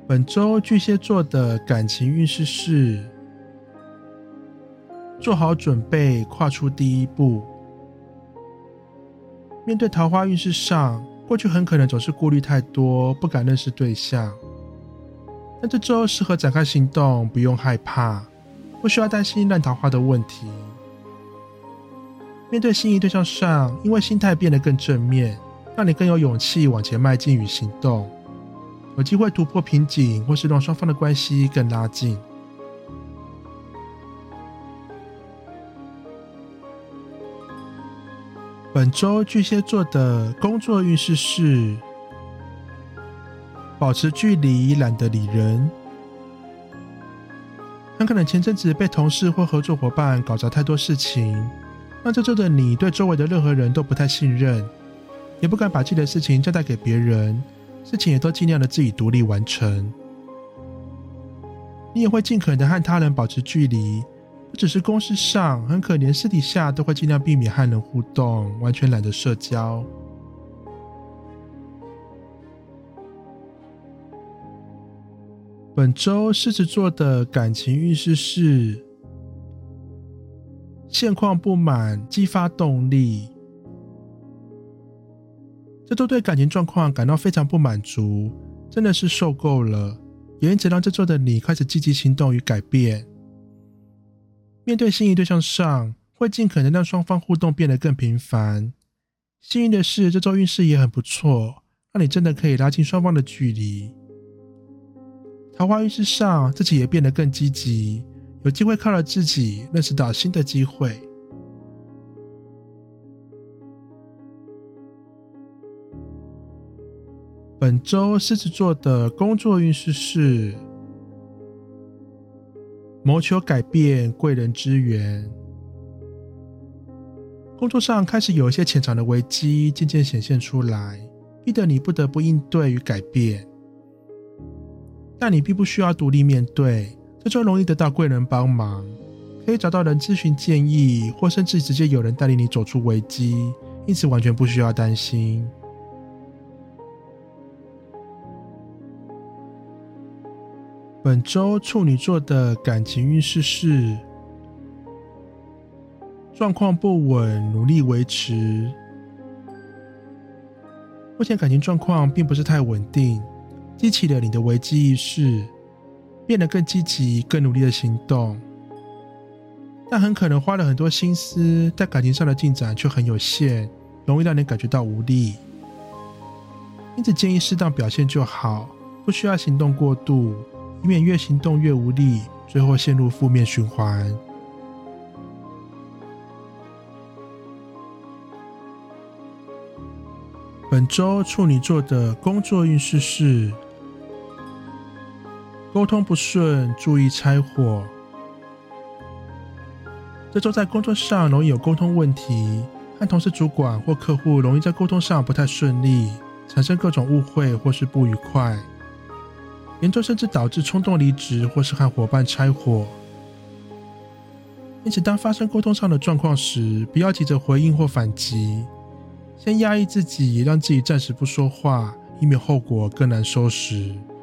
本周巨蟹座的感情运势是做好准备，跨出第一步。面对桃花运势上，过去很可能总是顾虑太多，不敢认识对象，但这周适合展开行动，不用害怕，不需要担心烂桃花的问题。面对心仪对象上，因为心态变得更正面，让你更有勇气往前迈进与行动，有机会突破瓶颈，或是让双方的关系更拉近。本周巨蟹座的工作运势是保持距离，懒得理人。很可能前阵子被同事或合作伙伴搞砸太多事情，让这周的你对周围的任何人都不太信任，也不敢把自己的事情交代给别人，事情也都尽量的自己独立完成。你也会尽可能的和他人保持距离，不只是公事上，很可能私底下都会尽量避免和人互动，完全懒得社交。本周狮子座的感情运势是现况不满，激发动力。这周对感情状况感到非常不满足，真的是受够了，也因此让这周的你开始积极行动与改变。面对心仪对象上，会尽可能让双方互动变得更频繁。幸运的是，这周运势也很不错，让你真的可以拉近双方的距离。桃花运势上，自己也变得更积极，有机会靠了自己认识到新的机会。本周狮子座的工作运势是谋求改变，贵人支援。工作上开始有一些潜藏的危机渐渐显现出来，逼得你不得不应对与改变。但你并不需要独立面对，这就容易得到贵人帮忙，可以找到人咨询建议，或甚至直接有人带领你走出危机，因此完全不需要担心。本周处女座的感情运势是状况不稳，努力维持。目前感情状况并不是太稳定，激起了你的危机意识，变得更积极、更努力的行动，但很可能花了很多心思，在感情上的进展却很有限，容易让人感觉到无力。因此建议适当表现就好，不需要行动过度，以免越行动越无力，最后陷入负面循环。本周处女座的工作运势是沟通不顺，注意拆伙。这周在工作上容易有沟通问题，和同事、主管或客户容易在沟通上不太顺利，产生各种误会或是不愉快，严重甚至导致冲动离职或是和伙伴拆伙。因此当发生沟通上的状况时，不要急着回应或反击，先压抑自己，让自己暂时不说话，以免后果更难收拾。